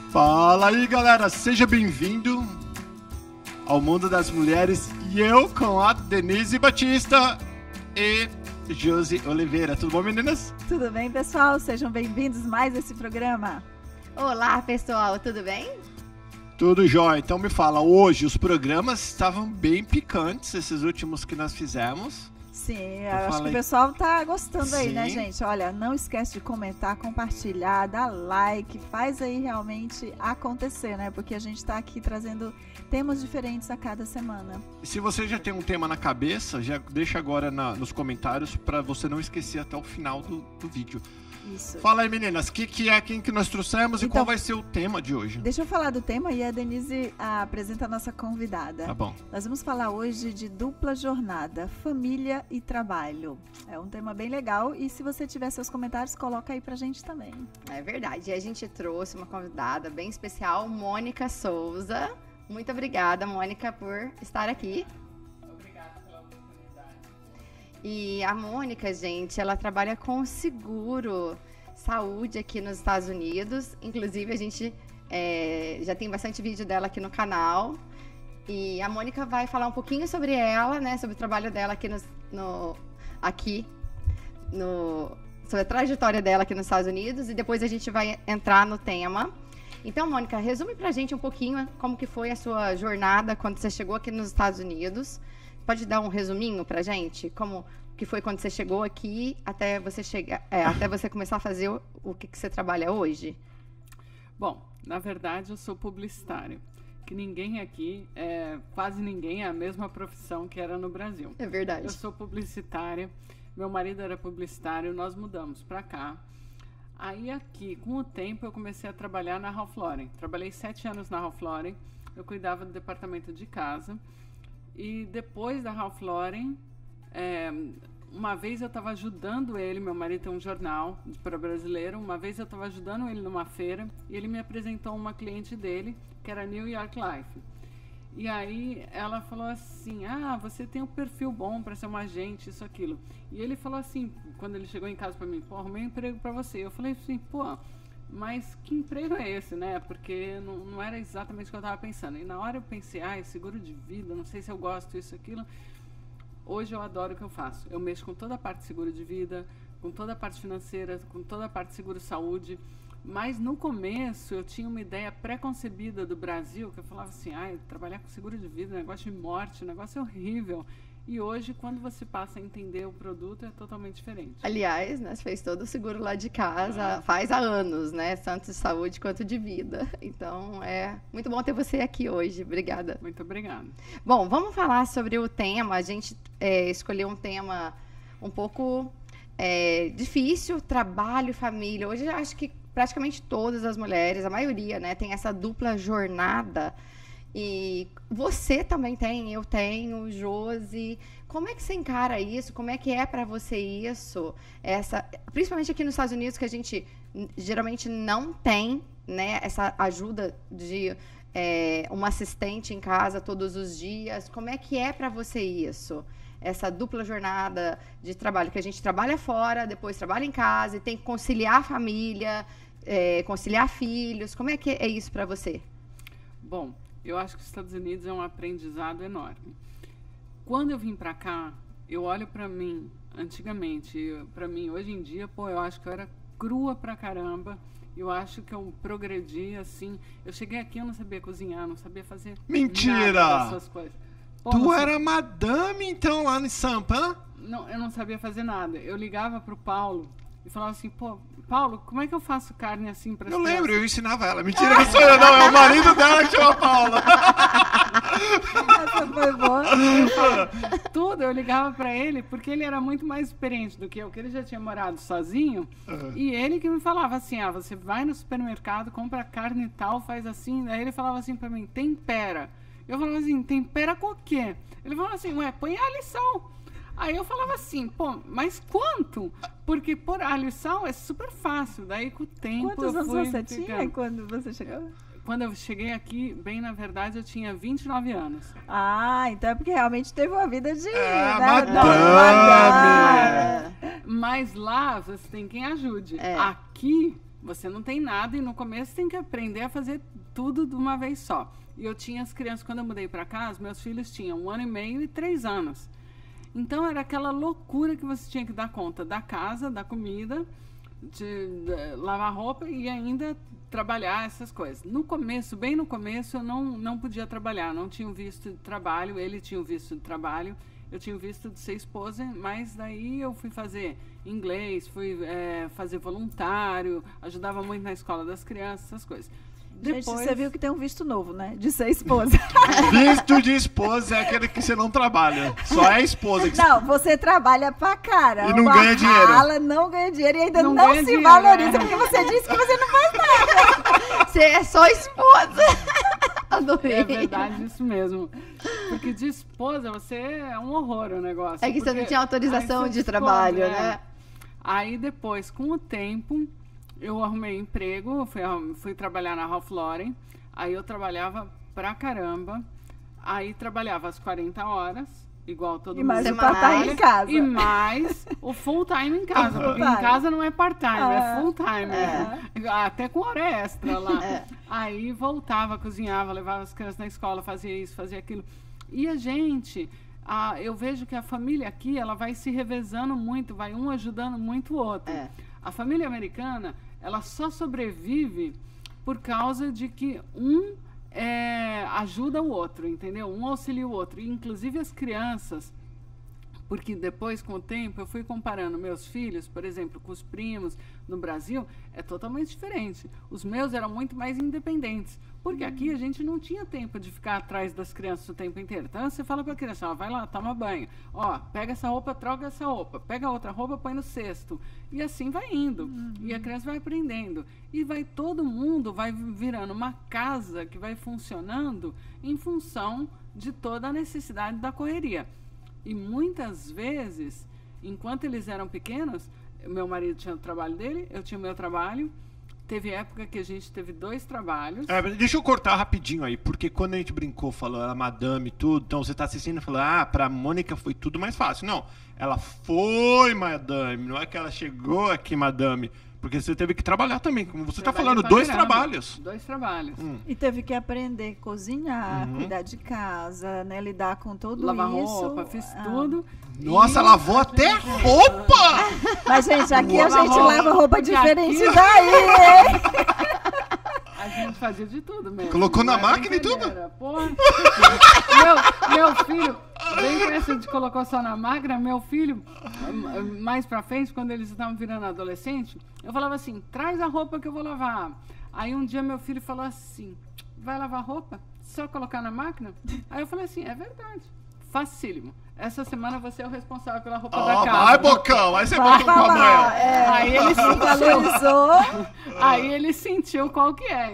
Fala aí, galera, seja bem-vindo ao Mundo das Mulheres e eu com a Denise Batista e Josi Oliveira. Tudo bom, meninas? Tudo bem, pessoal? Sejam bem-vindos mais a esse programa. Olá, pessoal, tudo bem? Tudo jóia. Então me fala, hoje os programas estavam bem picantes, esses últimos que nós fizemos. Sim, eu acho que o pessoal tá gostando aí, né, gente? Olha, não esquece de comentar, compartilhar, dar like, faz aí realmente acontecer, né? Porque a gente tá aqui trazendo temas diferentes a cada semana. E se você já tem um tema na cabeça, já deixa agora nos comentários para você não esquecer até o final do vídeo. Isso. Fala aí, meninas, quem que nós trouxemos e qual vai ser o tema de hoje? Deixa eu falar do tema e a Denise apresenta a nossa convidada. Tá bom. Nós vamos falar hoje de dupla jornada, família e trabalho. É um tema bem legal e se você tiver seus comentários, coloca aí pra gente também. É verdade, e a gente trouxe uma convidada bem especial, Mônica Souza. Muito obrigada, Mônica, por estar aqui. E a Mônica, gente, ela trabalha com seguro saúde aqui nos Estados Unidos. Inclusive, a gente já tem bastante vídeo dela aqui no canal. E a Mônica vai falar um pouquinho sobre ela, né? Sobre o trabalho dela aqui sobre a trajetória dela aqui nos Estados Unidos. E depois a gente vai entrar no tema. Então, Mônica, resume pra gente um pouquinho como que foi a sua jornada quando você chegou aqui nos Estados Unidos. Pode dar um resuminho pra gente? Como que foi quando você chegou aqui até você chegar, até você começar a fazer o que você trabalha hoje? Bom, na verdade eu sou publicitária. Que ninguém aqui, quase ninguém, é a mesma profissão que era no Brasil. É verdade. Eu sou publicitária, meu marido era publicitário, nós mudamos pra cá. Aí aqui, com o tempo, eu comecei a trabalhar na Ralph Lauren. Trabalhei 7 anos na Ralph Lauren, eu cuidava do departamento de casa. E depois da Ralph Lauren, uma vez eu estava ajudando ele, meu marido tem um jornal para brasileiro, uma vez eu estava ajudando ele numa feira e ele me apresentou uma cliente dele, que era New York Life. E aí ela falou assim, você tem um perfil bom para ser uma agente, isso, aquilo. E ele falou assim, quando ele chegou em casa para mim, arrumei um emprego para você. Eu falei assim, mas que emprego é esse, né? Porque não era exatamente o que eu estava pensando. E na hora eu pensei, seguro de vida, não sei se eu gosto disso, aquilo. Hoje eu adoro o que eu faço. Eu mexo com toda a parte de seguro de vida, com toda a parte financeira, com toda a parte de seguro-saúde. Mas no começo eu tinha uma ideia pré-concebida do Brasil, que eu falava assim, trabalhar com seguro de vida, negócio de morte, negócio é horrível. E hoje, quando você passa a entender o produto, é totalmente diferente. Aliás, né, você fez todo o seguro lá de casa, faz há anos, né? Tanto de saúde quanto de vida. Então, é muito bom ter você aqui hoje. Obrigada. Muito obrigada. Bom, vamos falar sobre o tema. A gente escolheu um tema um pouco difícil, trabalho, família. Hoje, eu acho que praticamente todas as mulheres, a maioria, né, tem essa dupla jornada. E você também tem, eu tenho, Josi. Como é que você encara isso? Como é que é para você isso? Principalmente aqui nos Estados Unidos, que a gente geralmente não tem, né, essa ajuda de uma assistente em casa todos os dias. Como é que é para você isso? Essa dupla jornada de trabalho, que a gente trabalha fora, depois trabalha em casa e tem que conciliar a família, conciliar filhos. Como é que é isso para você? Bom, eu acho que os Estados Unidos é um aprendizado enorme. Quando eu vim para cá, eu olho para mim, antigamente, para mim, hoje em dia, eu acho que eu era crua pra caramba. Eu acho que eu progredi, assim. Eu cheguei aqui, eu não sabia cozinhar, não sabia fazer nada dessas coisas. Tu era madame, então, lá em Sampa? Não, eu não sabia fazer nada. Eu ligava pro Paulo e falava assim, Paulo, como é que eu faço carne assim pra... Eu lembro, eu ensinava ela. Mentira, não sou eu, não. É o marido dela que chama Paula. Essa foi boa. Tudo, eu ligava pra ele, porque ele era muito mais experiente do que eu, que ele já tinha morado sozinho. E ele que me falava assim, você vai no supermercado, compra carne e tal, faz assim. Daí ele falava assim pra mim, tempera. Eu falava assim, tempera com o quê? Ele falava assim, põe alho e sal. Aí eu falava assim, mas quanto? Porque pôr alho e sal é super fácil. Daí com o tempo Quantos anos você tinha quando você chegou? Quando eu cheguei aqui, bem na verdade, eu tinha 29 anos. Então é porque realmente teve uma vida de... madame. Mas lá, você tem quem ajude. Aqui, Você não tem nada e no começo tem que aprender a fazer tudo de uma vez só. E eu tinha as crianças, quando eu mudei para cá, meus filhos tinham 1 ano e meio e 3 anos. Então era aquela loucura que você tinha que dar conta da casa, da comida, de lavar roupa e ainda trabalhar essas coisas. No começo, bem no começo, eu não podia trabalhar, não tinha um visto de trabalho, ele tinha um visto de trabalho, eu tinha o visto de ser esposa, mas daí eu fui fazer inglês, fui fazer voluntário, ajudava muito na escola das crianças, essas coisas. Depois... Gente, você viu que tem um visto novo, né? De ser esposa. Visto de esposa é aquele que você não trabalha. Só é esposa. Não, você trabalha pra caramba. E não ganha dinheiro. Não ganha dinheiro e ainda não se dinheiro, valoriza, porque você disse que você não faz nada. Você é só esposa. Adorei. É verdade, isso mesmo. Porque de esposa, você é um horror o negócio. É que você não tinha autorização de trabalho, né? Aí depois, com o tempo... Eu arrumei emprego, fui trabalhar na Ralph Lauren, aí eu trabalhava pra caramba, aí trabalhava as 40 horas, igual todo mundo. E mais o part-time em casa. E mais o full-time em casa, porque em casa não é part-time, é full-time. Até com hora extra lá. Aí voltava, cozinhava, levava as crianças na escola, fazia isso, fazia aquilo. E a gente... eu vejo que a família aqui, ela vai se revezando muito, vai um ajudando muito o outro. A família americana, ela só sobrevive por causa de que um ajuda o outro, entendeu? Um auxilia o outro. E, inclusive as crianças, porque depois, com o tempo, eu fui comparando meus filhos, por exemplo, com os primos no Brasil, é totalmente diferente. Os meus eram muito mais independentes, porque aqui a gente não tinha tempo de ficar atrás das crianças o tempo inteiro. Então, você fala para a criança, ó, vai lá, toma banho. Ó, pega essa roupa, troca essa roupa. Pega outra roupa, põe no cesto. E assim vai indo. E a criança vai aprendendo. E todo mundo vai virando uma casa que vai funcionando em função de toda a necessidade da correria. E muitas vezes, enquanto eles eram pequenos, meu marido tinha o trabalho dele, eu tinha o meu trabalho. Teve época que a gente teve 2 trabalhos. Deixa eu cortar rapidinho aí, porque quando a gente brincou, falou a madame e tudo, então você tá assistindo e falou, pra Mônica foi tudo mais fácil. Não, ela foi madame, não é que ela chegou aqui madame, porque você teve que trabalhar também, como você tá falando, 2 trabalhos. 2 trabalhos. E teve que aprender a cozinhar, cuidar de casa, né, lidar com tudo lavar isso. Lavar roupa, fiz tudo. Nossa, lavou até roupa! Mas, gente, aqui a gente lava roupa diferente daí, hein? A gente fazia de tudo mesmo. Colocou na máquina e tudo? Porra. meu filho, bem com essa de colocou só na máquina, meu filho, mais pra frente, quando eles estavam virando adolescente, eu falava assim, traz a roupa que eu vou lavar. Aí um dia meu filho falou assim, vai lavar roupa? Só colocar na máquina? Aí eu falei assim, é verdade, facílimo. Essa semana você é o responsável pela roupa da casa. Vai, bocão! Aí você botou com a mãe. Aí ele se valorizou. Aí ele sentiu qual que é.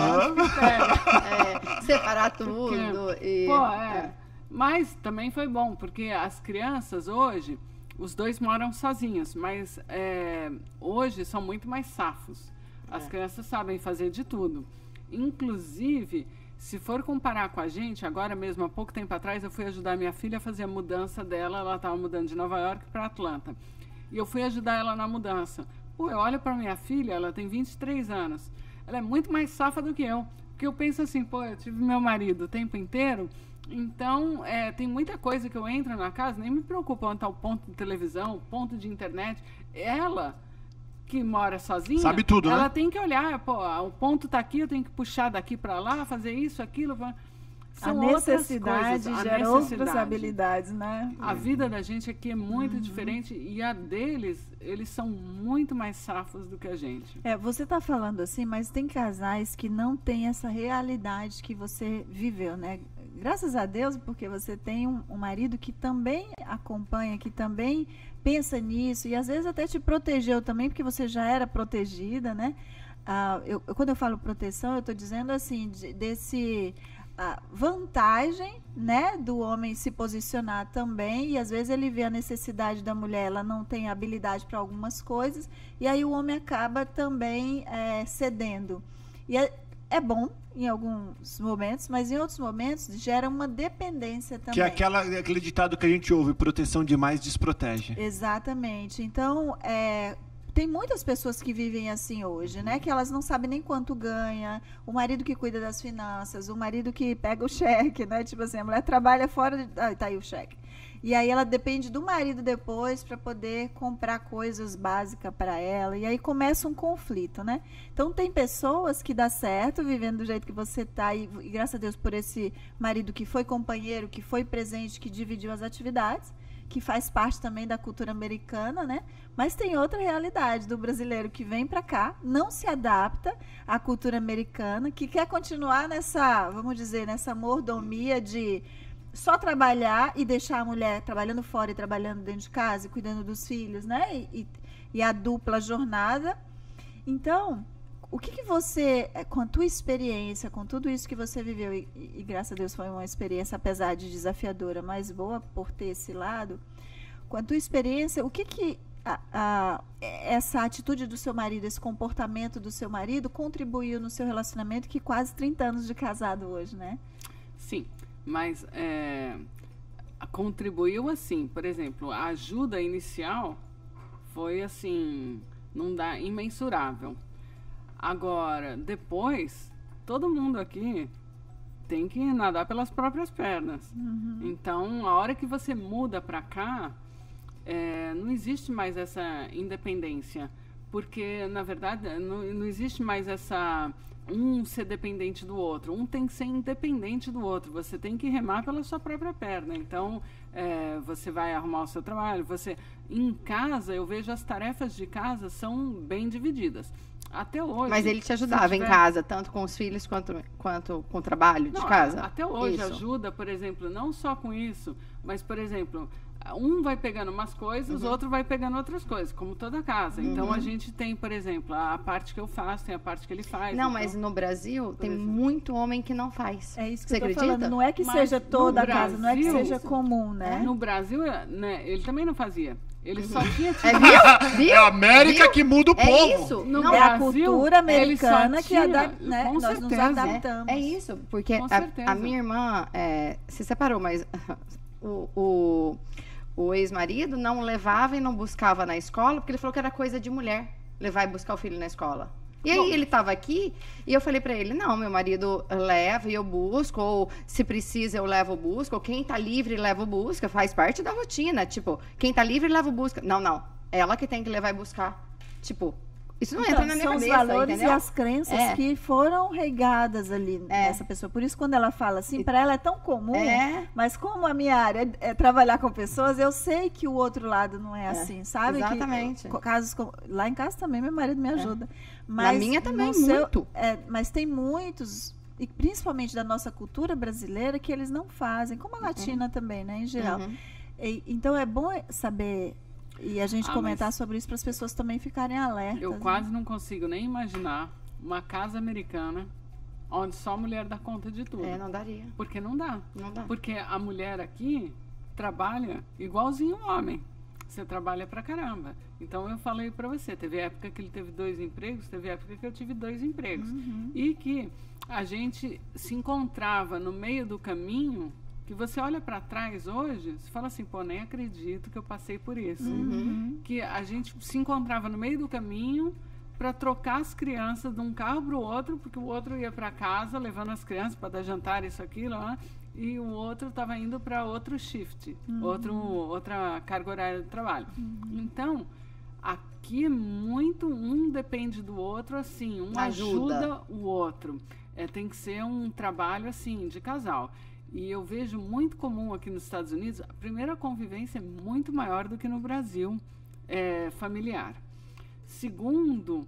Separar tudo. Mas também foi bom, porque as crianças hoje, os 2 moram sozinhos, mas hoje são muito mais safos. As crianças sabem fazer de tudo. Inclusive... Se for comparar com a gente, agora mesmo, há pouco tempo atrás, eu fui ajudar minha filha a fazer a mudança dela. Ela estava mudando de Nova York para Atlanta. E eu fui ajudar ela na mudança. Eu olho para minha filha, ela tem 23 anos. Ela é muito mais safa do que eu. Porque eu penso assim, eu tive meu marido o tempo inteiro. Então, tem muita coisa que eu entro na casa, nem me preocupa onde está o ponto de televisão, o ponto de internet. Ela... que mora sozinha, sabe tudo, ela né? tem que olhar, o ponto tá aqui, eu tenho que puxar daqui para lá, fazer isso, aquilo. São a necessidade gera outras habilidades, né? A vida da gente aqui é muito diferente e a deles, eles são muito mais safos do que a gente. Você está falando assim, mas tem casais que não têm essa realidade que você viveu, né? Graças a Deus, porque você tem um marido que também acompanha, que também pensa nisso e às vezes até te protegeu também, porque você já era protegida, né? Quando eu falo proteção, eu estou dizendo assim, desse vantagem, né, do homem se posicionar também, e às vezes ele vê a necessidade da mulher, ela não tem habilidade para algumas coisas, e aí o homem acaba também cedendo. E é bom em alguns momentos, mas em outros momentos gera uma dependência também. Que é aquele ditado que a gente ouve, proteção demais desprotege. Exatamente. Então, tem muitas pessoas que vivem assim hoje, né? Que elas não sabem nem quanto ganha, o marido que cuida das finanças, o marido que pega o cheque, né? Tipo assim, a mulher trabalha fora, tá aí o cheque. E aí ela depende do marido depois para poder comprar coisas básicas para ela. E aí começa um conflito, né? Então tem pessoas que dá certo vivendo do jeito que você tá e graças a Deus por esse marido que foi companheiro, que foi presente, que dividiu as atividades, que faz parte também da cultura americana, né? Mas tem outra realidade do brasileiro que vem para cá, não se adapta à cultura americana, que quer continuar nessa, vamos dizer, nessa mordomia de só trabalhar e deixar a mulher trabalhando fora e trabalhando dentro de casa e cuidando dos filhos, né? E a dupla jornada. Então, o que você, com a tua experiência, com tudo isso que você viveu, e graças a Deus foi uma experiência, apesar de desafiadora, mas boa por ter esse lado, com a tua experiência, o que essa atitude do seu marido, esse comportamento do seu marido contribuiu no seu relacionamento, que quase 30 anos de casado hoje, né? Sim. Mas contribuiu assim, por exemplo, a ajuda inicial foi assim, não dá, imensurável. Agora, depois, todo mundo aqui tem que nadar pelas próprias pernas. Uhum. Então, a hora que você muda para cá, não existe mais essa independência, porque, na verdade, não existe mais essa... um ser dependente do outro, um tem que ser independente do outro, você tem que remar pela sua própria perna. Então, você vai arrumar o seu trabalho, em casa, eu vejo as tarefas de casa são bem divididas. Até hoje. Mas ele te ajudava em casa, tanto com os filhos quanto com o trabalho de casa? Até hoje ajuda, por exemplo, não só com isso, mas, por exemplo, um vai pegando umas coisas, o outro vai pegando outras coisas, como toda casa. Então, a gente tem, por exemplo, a parte que eu faço, tem a parte que ele faz. Não, então, mas no Brasil tem muito homem que não faz. É isso que você acredita? Falando. Não é que seja toda a casa, não é que seja comum, né? No Brasil, né, ele também não fazia. Ele só tinha... É a América que muda o povo. É isso. No Brasil, a cultura americana que né, nós certeza. Nos adaptamos. É isso, porque a minha irmã se separou, mas o ex-marido não levava e não buscava na escola, porque ele falou que era coisa de mulher levar e buscar o filho na escola. E aí ele estava aqui e eu falei para ele, não, meu marido leva e eu busco, ou se precisa eu levo busca, ou quem tá livre leva busca, faz parte da rotina, tipo, quem tá livre leva busca. Não, ela que tem que levar e buscar. Tipo, isso não entra na minha cabeça, são os valores entendeu? E as crenças que foram regadas ali nessa pessoa. Por isso, quando ela fala assim, para ela é tão comum, mas como a minha área é trabalhar com pessoas, eu sei que o outro lado não é assim, sabe? Exatamente. Lá em casa também meu marido me ajuda. Mas na minha também, muito. Mas tem muitos, e principalmente da nossa cultura brasileira, que eles não fazem, como a latina também, né, em geral. Então é bom saber... E a gente comentar sobre isso para as pessoas também ficarem alertas. Eu quase não consigo nem imaginar uma casa americana onde só a mulher dá conta de tudo. Não daria. Porque não dá. Não dá. Porque a mulher aqui trabalha igualzinho o homem. Você trabalha pra caramba. Então eu falei pra você, teve época que ele teve 2 empregos, teve época que eu tive 2 empregos. E que a gente se encontrava no meio do caminho, que você olha para trás hoje, você fala assim, pô, nem acredito que eu passei por isso. Que a gente se encontrava no meio do caminho para trocar as crianças de um carro para o outro, porque o outro ia para casa levando as crianças para dar jantar, isso, aquilo, né? E o outro estava indo para outro shift, outra carga horária de trabalho. Então, aqui muito um depende do outro, assim, um ajuda o outro. Tem que ser um trabalho, assim, de casal. E eu vejo muito comum aqui nos Estados Unidos, a primeira convivência é muito maior do que no Brasil, familiar. Segundo,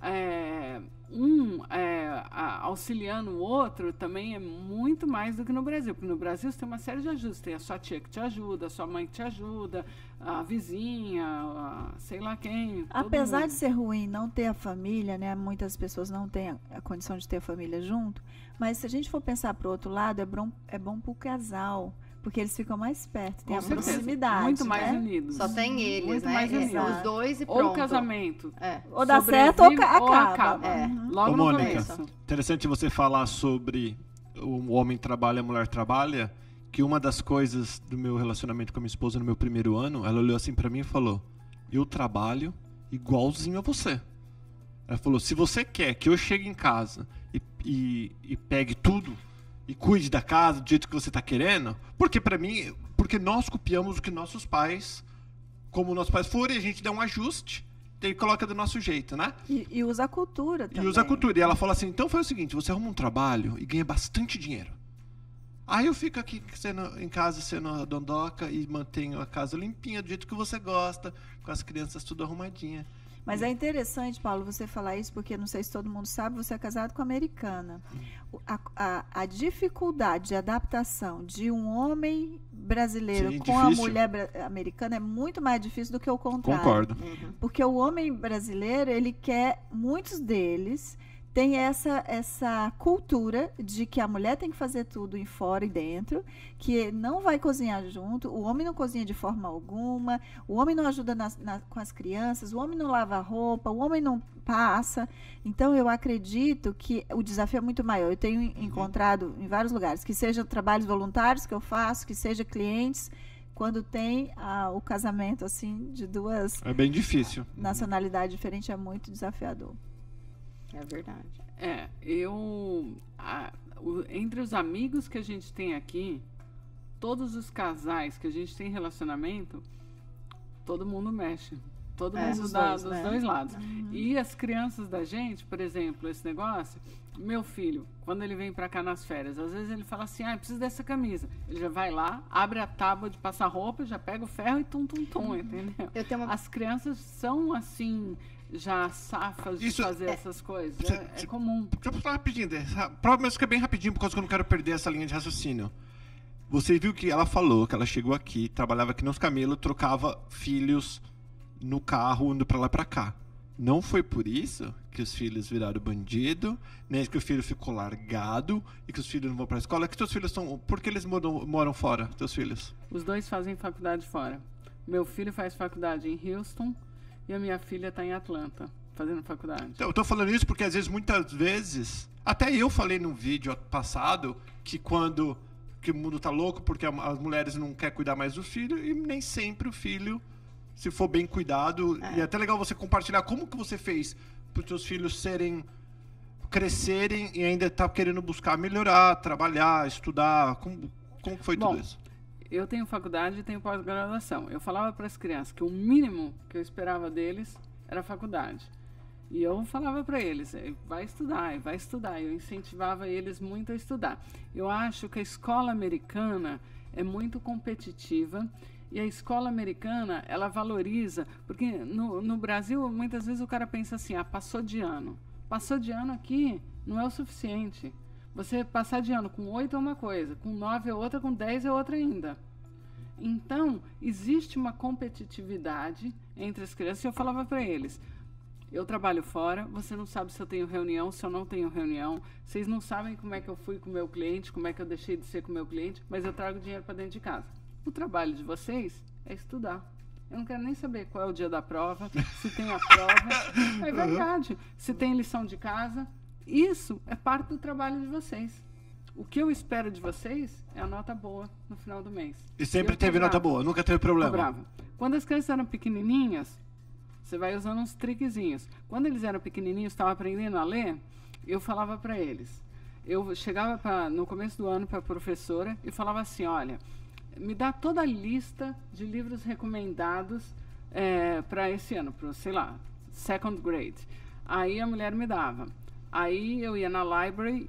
auxiliando o outro também é muito mais do que no Brasil. Porque no Brasil você tem uma série de ajustes. Tem a sua tia que te ajuda, a sua mãe que te ajuda, a vizinha, sei lá quem. Apesar de ser ruim não ter a família, né? Muitas pessoas não têm a condição de ter a família junto. Mas se a gente for pensar para o outro lado, é bom para o casal. Porque eles ficam mais perto, tem a proximidade. Muito mais unidos. Só tem eles, muito né? Mais unidos. Os dois e pronto. Ou o casamento. Ou dá certo ou acaba. Logo no começo. Interessante você falar sobre o homem trabalha, a mulher trabalha, que uma das coisas do meu relacionamento com a minha esposa no meu primeiro ano, ela olhou assim pra mim e falou, eu trabalho igualzinho a você. Ela falou, se você quer que eu chegue em casa e pegue tudo e cuide da casa do jeito que você tá querendo, porque nós copiamos o que nossos pais, como nossos pais foram, e a gente dá um ajuste e coloca do nosso jeito, né? E usa a cultura também. E usa a cultura. E ela fala assim, então faz o seguinte, você arruma um trabalho e ganha bastante dinheiro. Aí eu fico aqui em casa sendo a dondoca e mantenho a casa limpinha, do jeito que você gosta, com as crianças tudo arrumadinha. Mas é interessante, Paulo, você falar isso, porque não sei se todo mundo sabe, você é casado com americana. A dificuldade de adaptação de um homem brasileiro com a mulher americana é muito mais difícil do que o contrário. Concordo. Porque o homem brasileiro, ele quer, muitos deles tem essa cultura de que a mulher tem que fazer tudo em fora e dentro, que não vai cozinhar junto, o homem não cozinha de forma alguma, o homem não ajuda com as crianças, o homem não lava a roupa, o homem não passa. Então, eu acredito que o desafio é muito maior. Eu tenho encontrado em vários lugares, que sejam trabalhos voluntários que eu faço, que sejam clientes, quando tem o casamento assim de duas... É bem difícil. Nacionalidades diferentes, é muito desafiador. É verdade. Entre os amigos que a gente tem aqui, todos os casais que a gente tem relacionamento, todo mundo mexe. Todo mundo dá dos dois lados. E as crianças da gente, por exemplo, esse negócio, meu filho, quando ele vem pra cá nas férias, às vezes ele fala assim, preciso dessa camisa. Ele já vai lá, abre a tábua de passar roupa, já pega o ferro e tum-tum-tum, entendeu? As crianças são assim... já safas de fazer essas coisas. É comum. Deixa eu falar rapidinho. Mas fica bem rapidinho, por causa que eu não quero perder essa linha de raciocínio. Você viu que ela falou que ela chegou aqui, trabalhava aqui nos camelos, trocava filhos no carro, indo pra lá e pra cá. Não foi por isso que os filhos viraram bandido, nem que o filho ficou largado e que os filhos não vão pra escola. Que teus filhos estão... Por que eles moram fora, teus filhos? Os dois fazem faculdade fora. Meu filho faz faculdade em Houston, e a minha filha está em Atlanta, fazendo faculdade. Então, eu estou falando isso porque, às vezes, muitas vezes... Até eu falei num vídeo passado que que o mundo está louco porque as mulheres não querem cuidar mais do filho e nem sempre o filho, se for bem cuidado... E é até legal você compartilhar como que você fez para os seus filhos crescerem e ainda tá querendo buscar melhorar, trabalhar, estudar. Como que foi tudo isso? Eu tenho faculdade e tenho pós-graduação. Eu falava para as crianças que o mínimo que eu esperava deles era a faculdade. E eu falava para eles, vai estudar. Eu incentivava eles muito a estudar. Eu acho que a escola americana é muito competitiva e a escola americana, ela valoriza, porque no Brasil, muitas vezes o cara pensa assim, passou de ano. Passou de ano aqui não é o suficiente. Você passar de ano com 8 é uma coisa, com 9 é outra, com 10 é outra ainda. Então, existe uma competitividade entre as crianças. E eu falava para eles, eu trabalho fora, você não sabe se eu tenho reunião, se eu não tenho reunião. Vocês não sabem como é que eu fui com o meu cliente, como é que eu deixei de ser com o meu cliente, mas eu trago dinheiro para dentro de casa. O trabalho de vocês é estudar. Eu não quero nem saber qual é o dia da prova, se tem a prova. É verdade. Se tem lição de casa... Isso é parte do trabalho de vocês. O que eu espero de vocês é a nota boa no final do mês. E sempre teve nota boa, nunca teve problema. Quando as crianças eram pequenininhas, você vai usando uns triquezinhos. Quando eles eram pequenininhos, estavam aprendendo a ler, eu falava para eles. Eu chegava no começo do ano para a professora e falava assim, olha, me dá toda a lista de livros recomendados para esse ano, para, sei lá, second grade. Aí a mulher me dava. Aí eu ia na library,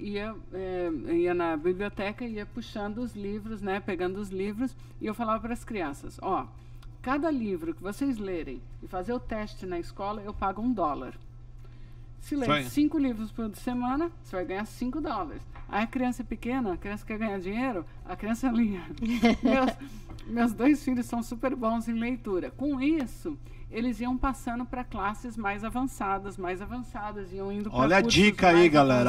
ia na biblioteca, ia puxando os livros, né, pegando os livros, e eu falava para as crianças, cada livro que vocês lerem e fazer o teste na escola, eu pago $1. Se ler 5 livros por semana, você vai ganhar $5. Aí a criança é pequena, a criança quer ganhar dinheiro, a criança lia. Meus 2 filhos são super bons em leitura. Com isso... eles iam passando para classes mais avançadas, iam indo para Olha a dica aí, galera.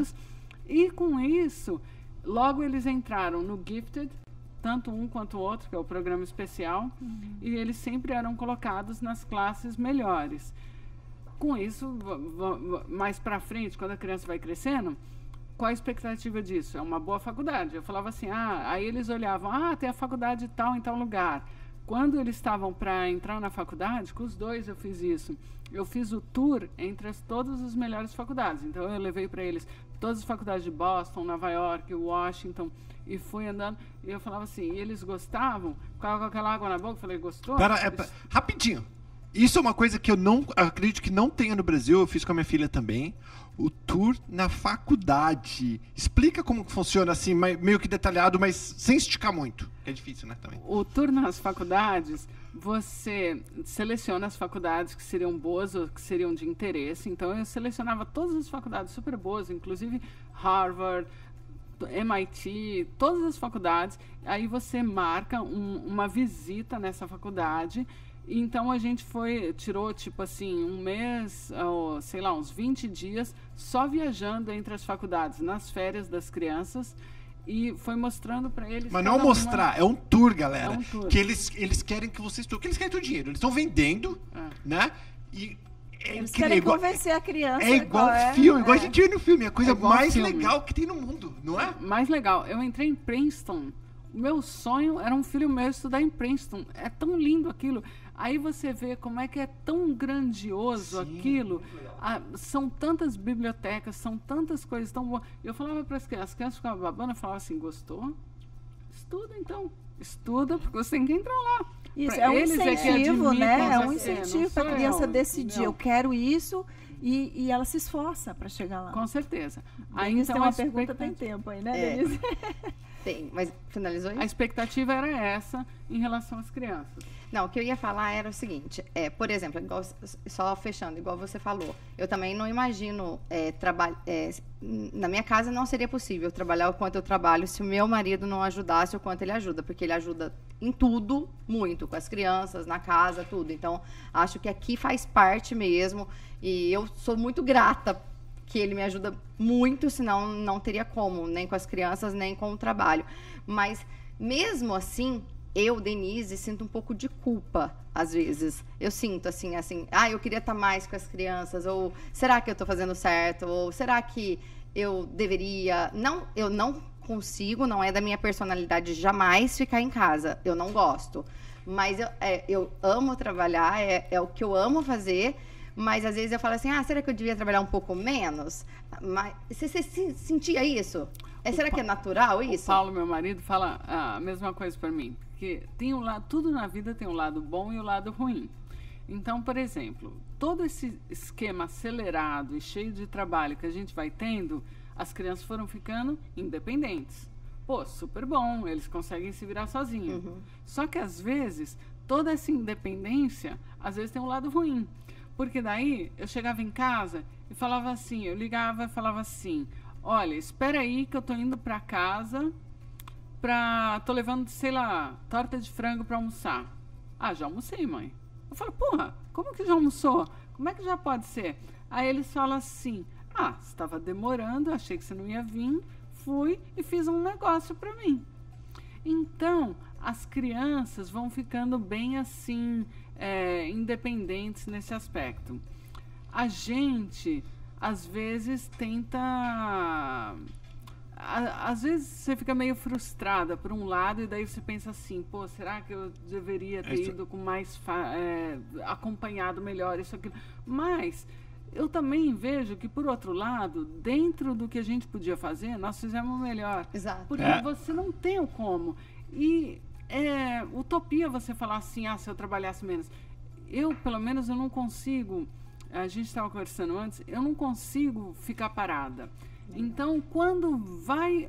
E com isso, logo eles entraram no Gifted, tanto um quanto o outro, que é o programa especial, e eles sempre eram colocados nas classes melhores. Com isso, mais para frente, quando a criança vai crescendo, qual a expectativa disso? É uma boa faculdade. Eu falava assim, aí eles olhavam, tem a faculdade tal em tal lugar. Quando eles estavam para entrar na faculdade, com os dois eu fiz isso. Eu fiz o tour entre todas as melhores faculdades. Então, eu levei para eles todas as faculdades de Boston, Nova York, Washington, e fui andando. E eu falava assim, e eles gostavam, ficava com aquela água na boca. Eu falei, gostou? Rapidinho. Isso é uma coisa que eu não acredito que não tenha no Brasil. Eu fiz com a minha filha também. O tour na faculdade. Explica como que funciona, assim, meio que detalhado, mas sem esticar muito. É difícil, né, também. O tour nas faculdades, você seleciona as faculdades que seriam boas ou que seriam de interesse. Então, eu selecionava todas as faculdades super boas, inclusive Harvard, MIT, todas as faculdades. Aí você marca uma visita nessa faculdade. Então, a gente tirou, tipo assim, um mês, ou, sei lá, uns 20 dias, só viajando entre as faculdades, nas férias das crianças, e foi mostrando para eles... Mas não mostrar, é um tour, galera. É um tour. Que eles querem que vocês... Porque eles querem o dinheiro, eles estão vendendo, né? E eles querem convencer a criança. É igual filme, igual a gente vê no filme. É a coisa mais legal que tem no mundo, não é? Mais legal. Eu entrei em Princeton. O meu sonho era um filho meu estudar em Princeton. É tão lindo aquilo. Aí você vê como é que é tão grandioso aquilo. São tantas bibliotecas, são tantas coisas tão boas. Eu falava para as crianças ficavam babando, eu falava assim, gostou? Estuda então. Estuda, porque você tem que entrar lá. Isso, é um incentivo, né? É um incentivo para a criança decidir, eu quero isso, e ela se esforça para chegar lá. Com certeza. Aí então, tem uma pergunta, tem tempo aí, né, Denise? Tem, mas finalizou aí? A expectativa era essa em relação às crianças. Não, o que eu ia falar era o seguinte, por exemplo, igual, só fechando, igual você falou, eu também não imagino na minha casa não seria possível trabalhar o quanto eu trabalho se o meu marido não ajudasse o quanto ele ajuda, porque ele ajuda em tudo, muito, com as crianças, na casa, tudo. Então, acho que aqui faz parte mesmo, e eu sou muito grata que ele me ajuda muito, senão não teria como, nem com as crianças, nem com o trabalho. Mas, mesmo assim, eu, Denise, sinto um pouco de culpa, às vezes. Eu sinto, assim, eu queria estar mais com as crianças, ou será que eu estou fazendo certo, ou será que eu deveria... Não, eu não consigo, não é da minha personalidade jamais ficar em casa, eu não gosto. Mas eu amo trabalhar, é o que eu amo fazer, mas às vezes eu falo assim, será que eu devia trabalhar um pouco menos? Mas você sentia isso? Será que é natural isso? O Paulo, meu marido, fala a mesma coisa para mim. Porque tem tudo na vida tem um lado bom e o lado ruim. Então, por exemplo, todo esse esquema acelerado e cheio de trabalho que a gente vai tendo, as crianças foram ficando independentes. Pô, super bom, eles conseguem se virar sozinhos. Uhum. Só que, às vezes, toda essa independência, às vezes tem um lado ruim. Porque daí, eu chegava em casa e falava assim, eu ligava e falava assim, olha, espera aí que eu tô indo para casa... tô levando, sei lá, torta de frango para almoçar. Já almocei, mãe. Eu falo, porra, como que já almoçou? Como é que já pode ser? Aí eles falam assim, você estava demorando, achei que você não ia vir, fui e fiz um negócio para mim. Então, as crianças vão ficando bem assim, independentes nesse aspecto. A gente, às vezes, tenta... Às vezes você fica meio frustrada por um lado e daí você pensa assim, será que eu deveria ter ido com mais acompanhado melhor isso, aquilo? Mas eu também vejo que, por outro lado, dentro do que a gente podia fazer, nós fizemos melhor. Exato. Porque você não tem o como. E utopia você falar assim, se eu trabalhasse menos. Eu, pelo menos, eu não consigo, a gente estava conversando antes, eu não consigo ficar parada. Então, quando vai,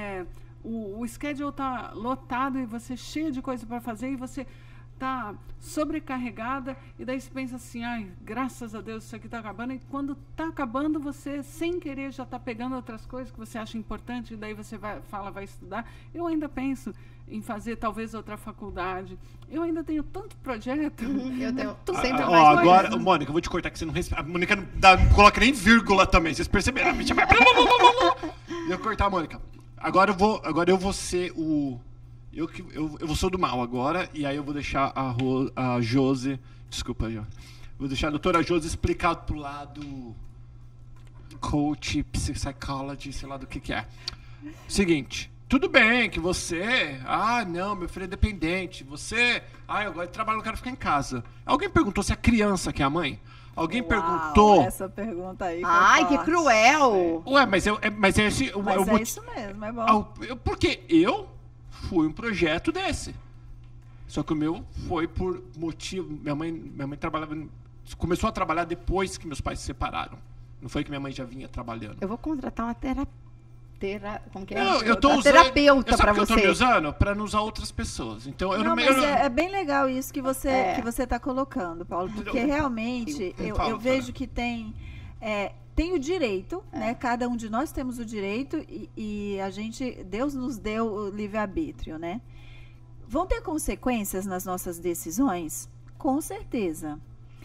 o schedule está lotado e você cheio de coisa para fazer e você está sobrecarregada e daí você pensa assim, graças a Deus isso aqui está acabando, e quando está acabando você, sem querer, já está pegando outras coisas que você acha importante e daí você vai estudar. Eu ainda penso em fazer talvez outra faculdade. Eu ainda tenho tanto projeto. Eu tenho sempre mais agora, coisa. Mônica, eu vou te cortar que você não respeita. A Mônica não coloca nem vírgula também. Vocês perceberam? A bicha vai... Eu vou cortar a Mônica. Agora eu vou ser o... Eu vou ser do mal agora, e aí eu vou deixar a Josi... Desculpa, Jô. Vou deixar a doutora Josi explicar pro lado... Coach, psychology, sei lá do que é. Seguinte... tudo bem que você... Ah, não, meu filho é dependente. Você... Ah, agora ele trabalha, eu quero ficar em casa. Alguém perguntou se a criança que é a mãe? Alguém perguntou... Essa pergunta aí foi Ai, que forte. cruel! Ué, mas é esse... Mas é isso mesmo, é bom. Porque eu fui um projeto desse. Só que o meu foi por motivo... Minha mãe trabalhava... Começou a trabalhar depois que meus pais se separaram. Não foi que minha mãe já vinha trabalhando. Eu vou contratar uma como que é? Não, eu tô Uma usando... terapeuta pra eu você. tô me usando pra não usar outras pessoas. Então, eu Não, não... mas é bem legal isso que você tá colocando, Paulo, porque realmente eu vejo que tem o direito, né? Cada um de nós temos o direito e Deus nos deu o livre-arbítrio, né? Vão ter consequências nas nossas decisões? Com certeza.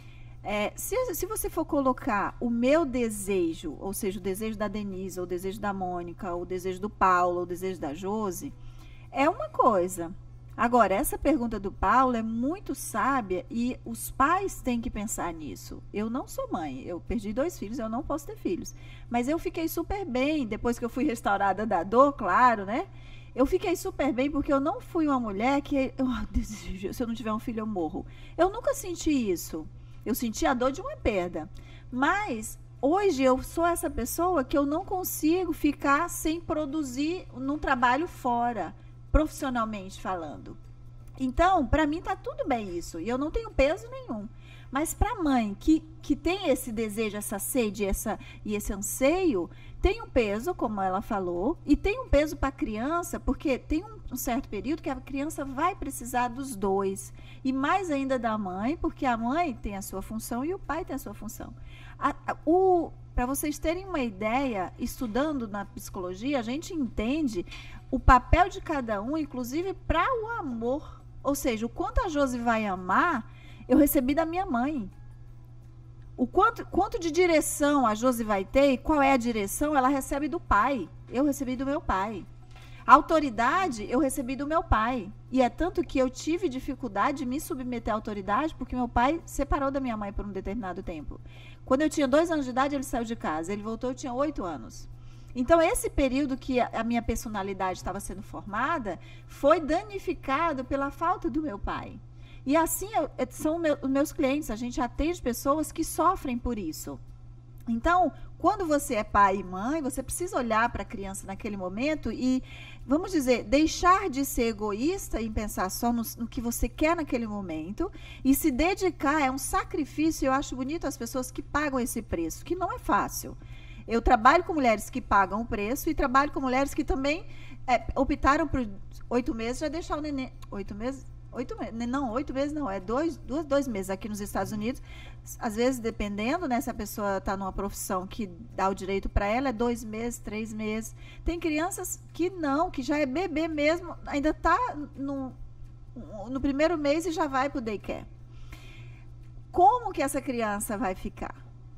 Se você for colocar o meu desejo, ou seja, o desejo da Denise, ou o desejo da Mônica, ou o desejo do Paulo, ou o desejo da Josi, é uma coisa. Agora, essa pergunta do Paulo é muito sábia e os pais têm que pensar nisso. Eu não sou mãe, eu perdi 2 filhos, eu não posso ter filhos. Mas eu fiquei super bem, depois que eu fui restaurada da dor, claro, né? Eu fiquei super bem porque eu não fui uma mulher que... se eu não tiver um filho, eu morro. Eu nunca senti isso. Eu senti a dor de uma perda. Mas hoje eu sou essa pessoa que eu não consigo ficar sem produzir num trabalho fora, profissionalmente falando. Então, para mim tá tudo bem isso. E eu não tenho peso nenhum. Mas para a mãe que tem esse desejo, essa sede e esse anseio, tem um peso, como ela falou, e tem um peso para a criança, porque tem um certo período que a criança vai precisar dos dois. E mais ainda da mãe, porque a mãe tem a sua função e o pai tem a sua função. Para vocês terem uma ideia, estudando na psicologia, a gente entende o papel de cada um, inclusive para o amor. Ou seja, o quanto a Josi vai amar, eu recebi da minha mãe. O quanto de direção a Josi vai ter e qual é a direção, ela recebe do pai. Eu recebi do meu pai. A autoridade, eu recebi do meu pai. E é tanto que eu tive dificuldade de me submeter à autoridade porque meu pai separou da minha mãe por um determinado tempo. Quando eu tinha 2 anos de idade, ele saiu de casa. Ele voltou, eu tinha 8 anos. Então, esse período que a minha personalidade estava sendo formada foi danificado pela falta do meu pai. E assim são os meus clientes, a gente atende pessoas que sofrem por isso. Então, quando você é pai e mãe, você precisa olhar para a criança naquele momento e, vamos dizer, deixar de ser egoísta e pensar só no que você quer naquele momento e se dedicar, é um sacrifício. Eu acho bonito as pessoas que pagam esse preço, que não é fácil. Eu trabalho com mulheres que pagam o preço e trabalho com mulheres que também optaram por 8 meses já deixar o neném... 8 meses? 8 meses não, é 2 meses aqui nos Estados Unidos. Às vezes, dependendo, né, se a pessoa está numa profissão que dá o direito para ela, é 2 meses, 3 meses. Tem crianças que não, que já é bebê mesmo, ainda está no primeiro mês e já vai para o daycare. Como que essa criança vai ficar?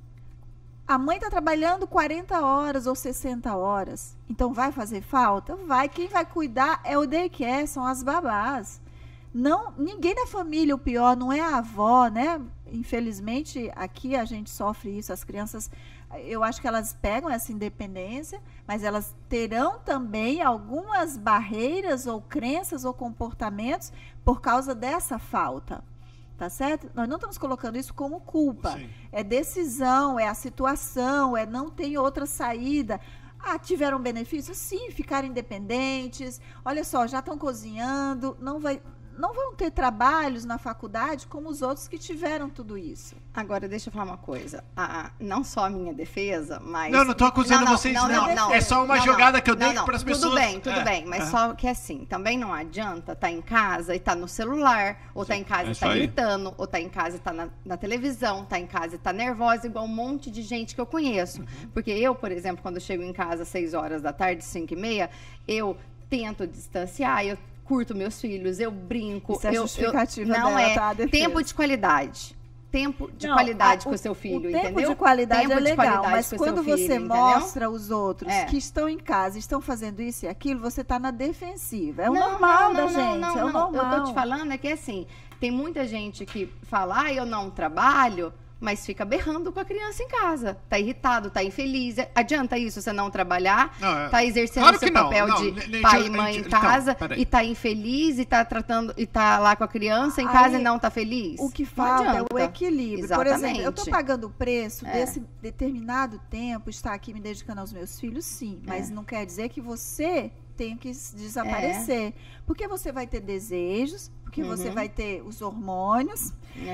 A mãe está trabalhando 40 horas ou 60 horas, então vai fazer falta? Vai. Quem vai cuidar é o daycare, são as babás. Não, ninguém da família, o pior não é a avó, né? Infelizmente, aqui a gente sofre isso. As crianças, eu acho que elas pegam essa independência, mas elas terão também algumas barreiras ou crenças ou comportamentos por causa dessa falta. Tá certo? Nós não estamos colocando isso como culpa. Sim. É decisão, é a situação, não tem outra saída. Tiveram benefícios? Sim, ficaram independentes. Olha só, já estão cozinhando, não vão ter trabalhos na faculdade como os outros que tiveram tudo isso. Agora, deixa eu falar uma coisa. Não só a minha defesa, mas... Não estou acusando vocês, não. É só uma jogada que eu dei para as pessoas... Tudo bem. Mas só que assim, também não adianta estar em casa e estar no celular, ou estar em casa e estar gritando, ou estar em casa e estar na televisão, estar em casa e estar nervosa, igual um monte de gente que eu conheço. Porque eu, por exemplo, quando chego em casa às 6 horas da tarde, 5h30, eu tento distanciar, eu curto meus filhos, eu brinco. Isso é justificativa não dela, é tá? Tempo de qualidade. Tempo de qualidade com o seu filho, entendeu? Tempo de qualidade tempo é legal, qualidade mas quando filho, você entendeu? mostra os outros que estão em casa, estão fazendo isso e aquilo, você está na defensiva. É o normal da gente, é o normal. Eu tô te falando é que assim, tem muita gente que fala, eu não trabalho mas fica berrando com a criança em casa. Tá irritado, tá infeliz. Adianta isso, você não trabalhar? Não, tá exercendo claro o seu que não, papel não, de pai e mãe em casa e tá infeliz e tá tratando e tá lá com a criança em casa e não tá feliz? O que falta é o equilíbrio. Exatamente. Por exemplo, eu tô pagando o preço desse determinado tempo, estar aqui me dedicando aos meus filhos, sim. Mas não quer dizer que você tem que desaparecer. Porque você vai ter desejos, porque você vai ter os hormônios,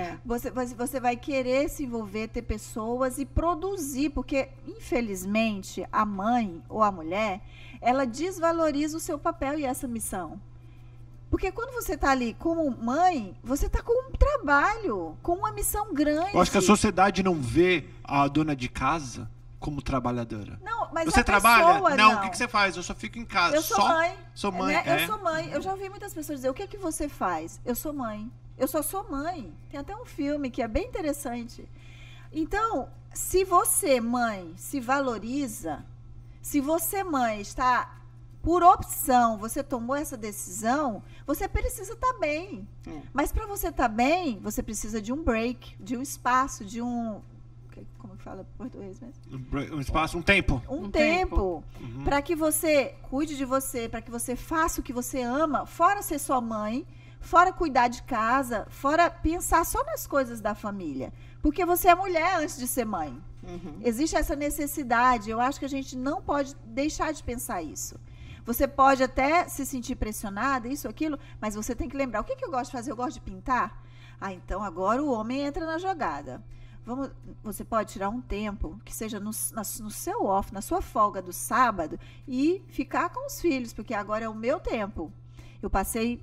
você vai querer se envolver, ter pessoas e produzir, porque, infelizmente, a mãe ou a mulher, ela desvaloriza o seu papel e essa missão. Porque quando você está ali como mãe, você está com um trabalho, com uma missão grande. Eu acho que a sociedade não vê a dona de casa como trabalhadora. Não, mas você trabalha? Pessoa, não, o que você faz? Eu só fico em casa. Eu sou mãe. Sou mãe, né? Eu sou mãe. Eu já ouvi muitas pessoas dizer, o que você faz? Eu sou mãe. Eu só sou mãe. Tem até um filme que é bem interessante. Então, se você, mãe, se valoriza, se você, mãe, está por opção, você tomou essa decisão, você precisa estar bem. Mas para você estar bem, você precisa de um break, de um espaço, de um... Como que fala em português mesmo? Um espaço, um tempo. Um tempo. Para que você cuide de você, para que você faça o que você ama, fora ser sua mãe, fora cuidar de casa, fora pensar só nas coisas da família. Porque você é mulher antes de ser mãe. Existe essa necessidade. Eu acho que a gente não pode deixar de pensar isso. Você pode até se sentir pressionada, isso, aquilo, mas você tem que lembrar, o que eu gosto de fazer? Eu gosto de pintar? Então agora o homem entra na jogada. Você pode tirar um tempo, que seja no seu off, na sua folga do sábado, e ficar com os filhos, porque agora é o meu tempo. Eu passei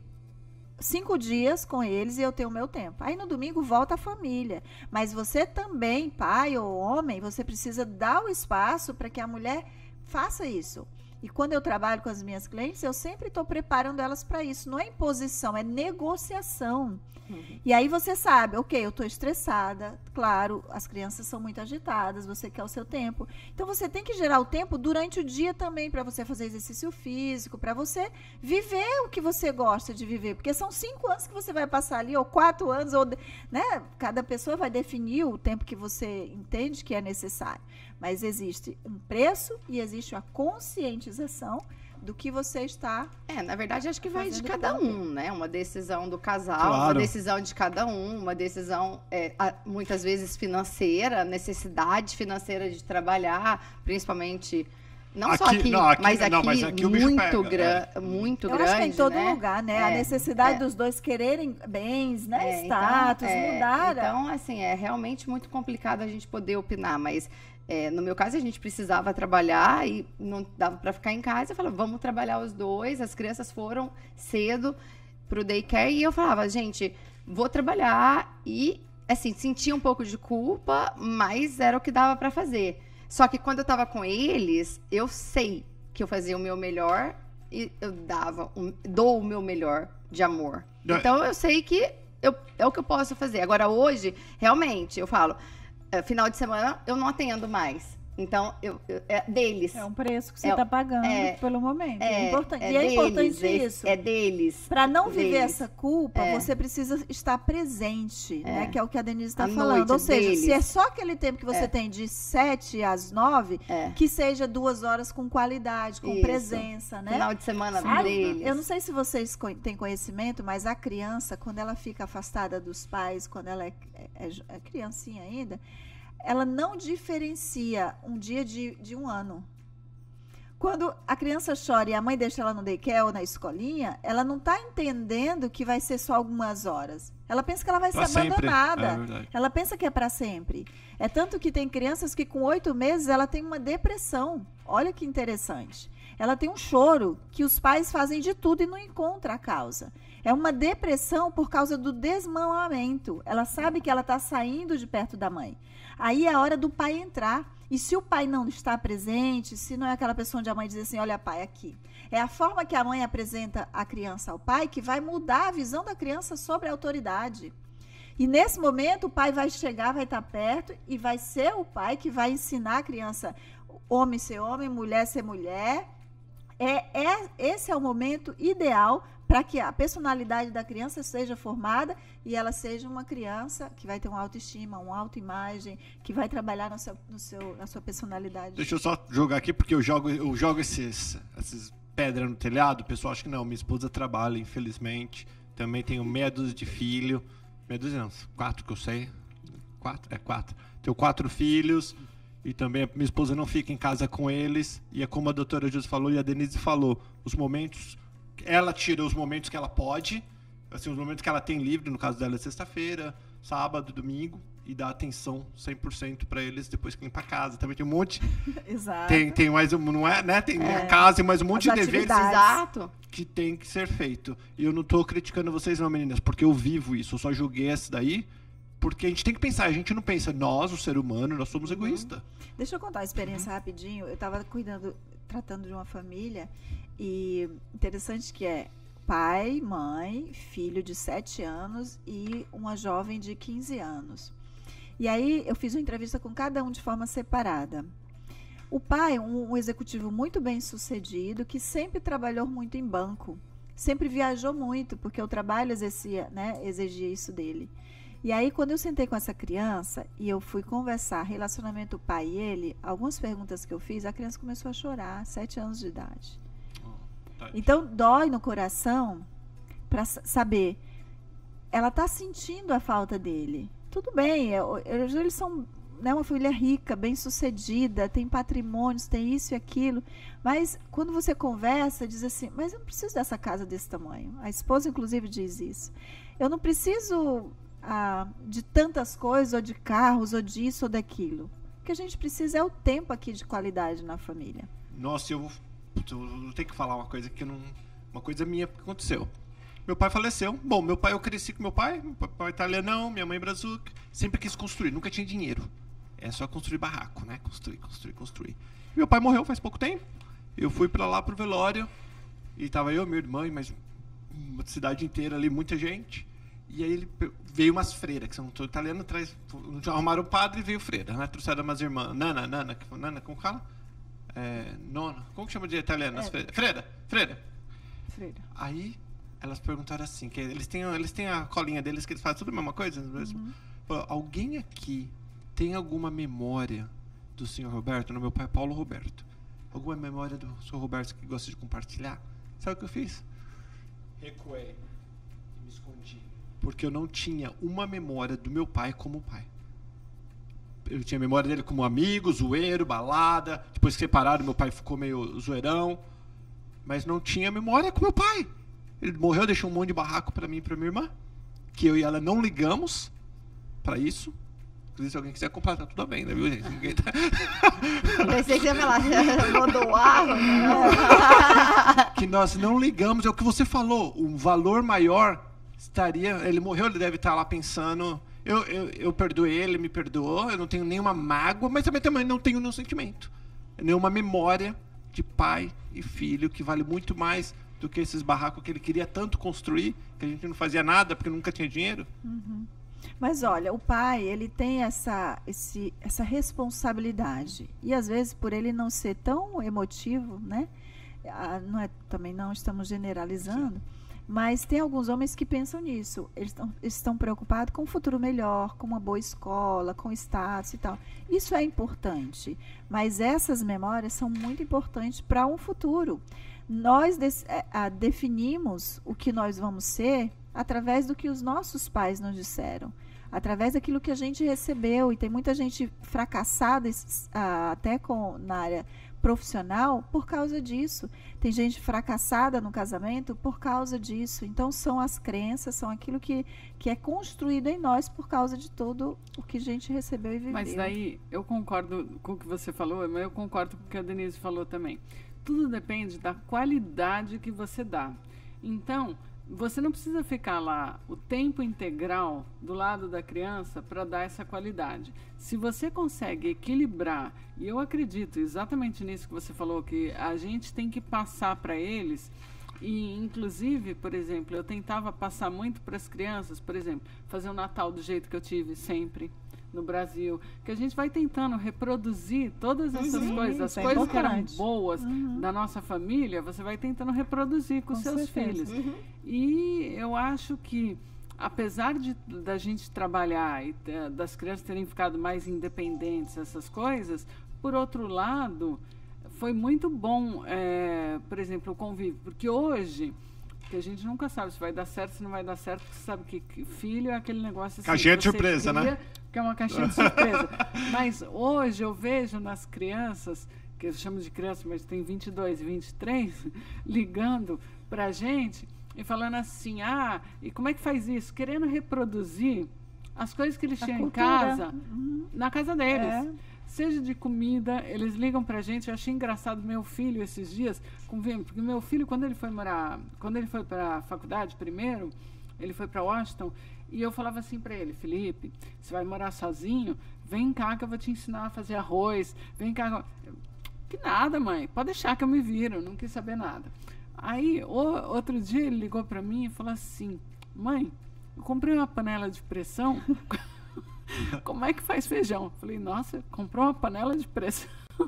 5 dias com eles e eu tenho o meu tempo. Aí no domingo volta a família. Mas você também, pai ou homem, você precisa dar o espaço para que a mulher faça isso. E quando eu trabalho com as minhas clientes, eu sempre estou preparando elas para isso. Não é imposição, é negociação. E aí você sabe, ok, eu estou estressada, claro, as crianças são muito agitadas, você quer o seu tempo. Então você tem que gerar o tempo durante o dia também para você fazer exercício físico, para você viver o que você gosta de viver. Porque são 5 anos que você vai passar ali, ou 4 anos, ou, né? Cada pessoa vai definir o tempo que você entende que é necessário. Mas existe um preço e existe a conscientização do que você está... na verdade, acho que vai de cada um, né? Uma decisão do casal, claro. Uma decisão de cada um, uma decisão, muitas vezes, financeira, necessidade financeira de trabalhar, principalmente... Não só aqui, mas aqui muito grande, eu acho que em todo né? lugar, né? A necessidade dos dois quererem bens, né? Status, mudar. Então, assim, é realmente muito complicado a gente poder opinar, mas... no meu caso, a gente precisava trabalhar e não dava para ficar em casa. Eu falava, vamos trabalhar os dois. As crianças foram cedo pro daycare e eu falava, gente, vou trabalhar e, assim, sentia um pouco de culpa, mas era o que dava para fazer. Só que quando eu tava com eles, eu sei que eu fazia o meu melhor e eu dou o meu melhor de amor. Então, eu sei que é o que eu posso fazer. Agora, hoje, realmente, eu falo... final de semana eu não atendo mais. Então, é deles. É um preço que você está pagando pelo momento. É importante. E deles, importante isso. É deles. Para não viver essa culpa, você precisa estar presente, né? Que é o que a Denise está falando. Ou seja, deles. se é só aquele tempo que você tem de 7 às 9, que seja 2 horas com qualidade, com presença, né? Final de semana deles. Eu não sei se vocês têm conhecimento, mas a criança, quando ela fica afastada dos pais, quando ela é criancinha ainda, ela não diferencia um dia de um ano. Quando a criança chora e a mãe deixa ela no daycare ou na escolinha, ela não está entendendo que vai ser só algumas horas. Ela pensa que ela vai ser abandonada. Ela pensa que é para sempre. É tanto que tem crianças que com 8 meses ela tem uma depressão. Olha que interessante. Ela tem um choro que os pais fazem de tudo e não encontram a causa. É uma depressão por causa do desmamamento. Ela sabe que ela está saindo de perto da mãe. Aí é a hora do pai entrar. E se o pai não está presente, se não é aquela pessoa onde a mãe diz assim, olha pai, aqui. É a forma que a mãe apresenta a criança ao pai que vai mudar a visão da criança sobre a autoridade. E nesse momento o pai vai chegar, vai estar perto e vai ser o pai que vai ensinar a criança homem ser homem, mulher ser mulher. Esse é o momento ideal para que a personalidade da criança seja formada e ela seja uma criança que vai ter uma autoestima, uma autoimagem, que vai trabalhar na sua personalidade. Deixa eu só jogar aqui, porque eu jogo essas pedras no telhado. O pessoal acha que não, minha esposa trabalha, infelizmente. Também tenho meia dúzia de filho. Meia dúzia não, 4 que eu sei. 4? É 4. Tenho 4 filhos. E também a minha esposa não fica em casa com eles. E é como a doutora Júlia falou e a Denise falou, os momentos... Ela tira os momentos que ela pode, assim, os momentos que ela tem livre, no caso dela é sexta-feira, sábado, domingo, e dá atenção 100% para eles depois que limpa a casa. Também tem um monte... Exato. Tem mais, não é, né? Tem a casa e mais um monte de deveres que tem que ser feito. E eu não tô criticando vocês não, meninas, porque eu vivo isso. Eu só julguei essa daí, porque a gente tem que pensar. A gente não pensa, nós, o ser humano, nós somos egoístas. Deixa eu contar uma experiência rapidinho. Eu estava tratando de uma família, e interessante que é pai, mãe, filho de 7 anos e uma jovem de 15 anos. E aí eu fiz uma entrevista com cada um de forma separada. O pai, um executivo muito bem sucedido, que sempre trabalhou muito em banco, sempre viajou muito, porque o trabalho exigia isso dele. E aí, quando eu sentei com essa criança e eu fui conversar relacionamento pai e ele, algumas perguntas que eu fiz, a criança começou a chorar, 7 anos de idade. Então, dói no coração para saber, ela está sentindo a falta dele. Tudo bem, eles são, né, uma família rica, bem-sucedida, tem patrimônios, tem isso e aquilo, mas quando você conversa, diz assim, mas eu não preciso dessa casa desse tamanho. A esposa, inclusive, diz isso. Eu não preciso de tantas coisas, ou de carros, ou disso, ou daquilo. O que a gente precisa é o tempo aqui de qualidade na família. Nossa, eu vou ter que falar uma coisa que uma coisa minha que aconteceu. Meu pai faleceu. Bom, eu cresci com meu pai italianão, minha mãe brazuca. Sempre quis construir, nunca tinha dinheiro. É só construir barraco, né? Construir. Meu pai morreu faz pouco tempo. Eu fui pra lá pro velório. E tava eu, minha irmã, mas uma cidade inteira ali, muita gente. E aí veio umas freiras, que são italianos, arrumaram o padre e veio freira, né? Trouxeram umas irmãs. Nana, como fala? Nona. Como que chama de italiano? Freira. Aí elas perguntaram assim, que eles têm a colinha deles, que eles fazem tudo a mesma coisa. Falaram, alguém aqui tem alguma memória do senhor Roberto? No meu pai, Paulo Roberto. Alguma memória do senhor Roberto que gosta de compartilhar? Sabe o que eu fiz? Recuei e me escondi. Porque eu não tinha uma memória do meu pai como pai. Eu tinha memória dele como amigo, zoeiro, balada. Depois que separaram, meu pai ficou meio zoeirão. Mas não tinha memória com meu pai. Ele morreu, deixou um monte de barraco pra mim e pra minha irmã. Que eu e ela não ligamos pra isso. Inclusive, se alguém quiser comprar, tá tudo bem, né, viu, gente? Ninguém tá... Pensei que você ia falar, vou doar. Que nós não ligamos, é o que você falou. Um valor maior estaria... Ele morreu, ele deve estar lá pensando... Eu perdoei ele, me perdoou, eu não tenho nenhuma mágoa, mas também não tenho nenhum sentimento. Nenhuma memória de pai e filho, que vale muito mais do que esses barracos que ele queria tanto construir, que a gente não fazia nada porque nunca tinha dinheiro. Mas olha, o pai, ele tem essa responsabilidade. E às vezes, por ele não ser tão emotivo, né? Também não estamos generalizando, sim, mas tem alguns homens que pensam nisso. Eles estão preocupados com um futuro melhor, com uma boa escola, com status e tal. Isso é importante, mas essas memórias são muito importantes para um futuro. Nós definimos o que nós vamos ser através do que os nossos pais nos disseram, através daquilo que a gente recebeu. E tem muita gente fracassada até na área profissional por causa disso. Tem gente fracassada no casamento por causa disso. Então são as crenças, são aquilo que é construído em nós por causa de tudo o que a gente recebeu e viveu. Mas daí eu concordo com o que você falou, mas eu concordo com o que a Denise falou também. Tudo depende da qualidade que você dá. Então, você não precisa ficar lá o tempo integral do lado da criança para dar essa qualidade. Se você consegue equilibrar, e eu acredito exatamente nisso que você falou, que a gente tem que passar para eles, e inclusive, por exemplo, eu tentava passar muito para as crianças, por exemplo, fazer o Natal do jeito que eu tive sempre. no Brasil, que a gente vai tentando reproduzir todas essas coisas, as coisas que eram boas da nossa família, você vai tentando reproduzir com seus filhos. E eu acho que, apesar da gente trabalhar e das crianças terem ficado mais independentes, essas coisas, por outro lado, foi muito bom, por exemplo, o convívio, porque hoje, que a gente nunca sabe se vai dar certo, se não vai dar certo, porque você sabe que filho é aquele negócio assim, caixinha de surpresa, né? Que é uma caixinha de surpresa. Mas hoje eu vejo nas crianças, que eu chamo de criança, mas tem 22 e 23, ligando pra gente e falando assim, e como é que faz isso? Querendo reproduzir as coisas que eles tinham em casa, na casa deles. Seja de comida, eles ligam pra gente. Eu achei engraçado meu filho esses dias, porque meu filho, quando ele foi pra faculdade primeiro, ele foi pra Washington, e eu falava assim pra ele, Felipe, você vai morar sozinho? Vem cá que eu vou te ensinar a fazer arroz, vem cá. Que nada, mãe, pode deixar que eu me viro, não quis saber nada. Aí, outro dia ele ligou pra mim e falou assim, mãe, eu comprei uma panela de pressão, como é que faz feijão? Eu falei, nossa, comprou uma panela de pressão?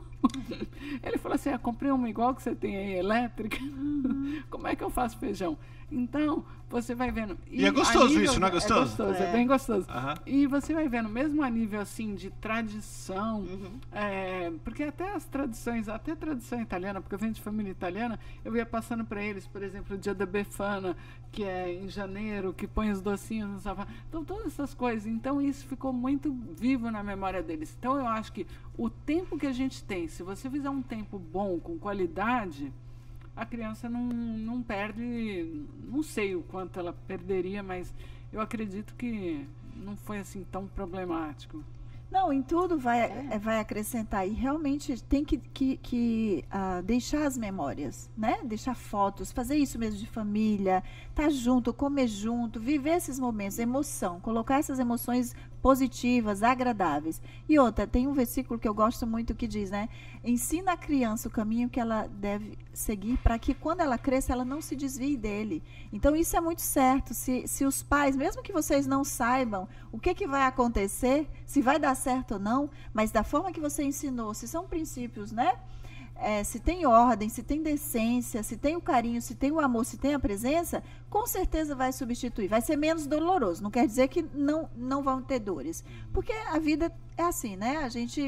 Ele falou assim, comprei uma igual que você tem aí, elétrica, como é que eu faço feijão? Então, você vai vendo... E é gostoso isso, não é gostoso? É gostoso, é bem gostoso. E você vai vendo, mesmo a nível assim de tradição, porque até as tradições, até a tradição italiana, porque eu venho de família italiana, eu ia passando para eles, por exemplo, o dia da Befana, que é em janeiro, que põe os docinhos no sofá. Então, todas essas coisas. Então, isso ficou muito vivo na memória deles. Então, eu acho que o tempo que a gente tem, se você fizer um tempo bom, com qualidade, a criança não perde, não sei o quanto ela perderia, mas eu acredito que não foi assim tão problemático. Não, em tudo vai acrescentar. E realmente tem que deixar as memórias, né? Deixar fotos, fazer isso mesmo de família, estar junto, comer junto, viver esses momentos, emoção, colocar essas emoções positivas, agradáveis. E outra, tem um versículo que eu gosto muito que diz, né? Ensina a criança o caminho que ela deve seguir para que quando ela cresça, ela não se desvie dele. Então, isso é muito certo. Se os pais, mesmo que vocês não saibam o que vai acontecer, se vai dar certo ou não, mas da forma que você ensinou, se são princípios, né? Se tem ordem, se tem decência, se tem o carinho, se tem o amor, se tem a presença, com certeza vai substituir. Vai ser menos doloroso. Não quer dizer que não vão ter dores. Porque a vida é assim, né?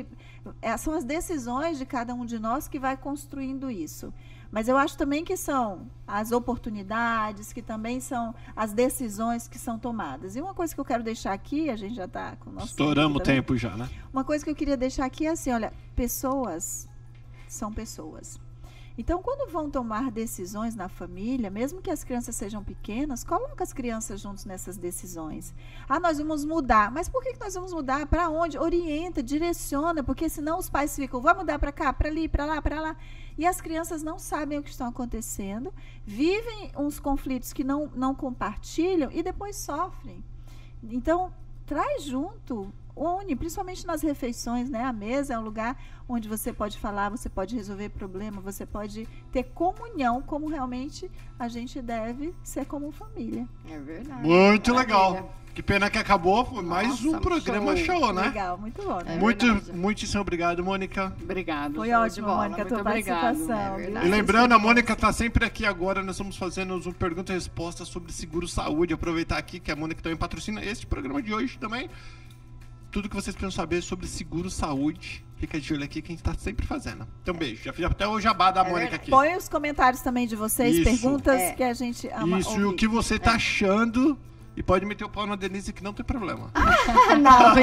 São as decisões de cada um de nós que vai construindo isso. Mas eu acho também que são as oportunidades, que também são as decisões que são tomadas. E uma coisa que eu quero deixar aqui, a gente já está com o nosso... Estouramos o tempo já, né? Uma coisa que eu queria deixar aqui é assim, olha, pessoas são pessoas. Então, quando vão tomar decisões na família, mesmo que as crianças sejam pequenas, coloca as crianças juntos nessas decisões. Nós vamos mudar. Mas por que nós vamos mudar? Para onde? Orienta, direciona, porque senão os pais ficam, vai mudar para cá, para ali, para lá, para lá. E as crianças não sabem o que está acontecendo, vivem uns conflitos que não compartilham e depois sofrem. Então, traz junto, une, principalmente nas refeições, né? A mesa é um lugar onde você pode falar, você pode resolver problema, você pode ter comunhão, como realmente a gente deve ser como família. É verdade. Muito legal. Que pena que acabou, foi mais um programa show, né? Legal, muito bom. Né? Muitíssimo obrigado, Mônica. Obrigado. Foi ótimo, Mônica, a tua participação. E lembrando, a Mônica está sempre aqui agora, nós estamos fazendo um pergunta e resposta sobre seguro-saúde. Aproveitar aqui que a Mônica também patrocina este programa de hoje também. Tudo que vocês precisam saber sobre seguro-saúde, fica de olho aqui que a gente está sempre fazendo. Então, beijo. Já fiz até o jabá da Mônica aqui. Põe os comentários também de vocês, perguntas que a gente ama Isso, ouvir. e o que você está achando... E pode meter o pau na Denise que não tem problema. Não,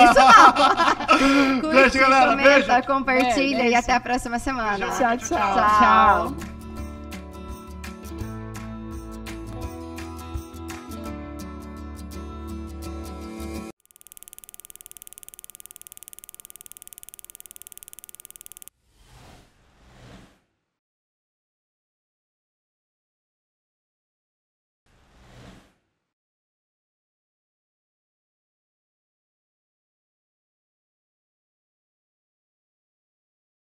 isso não. Beijo, galera. Comenta, Beijo. compartilha e até a próxima semana. Tchau.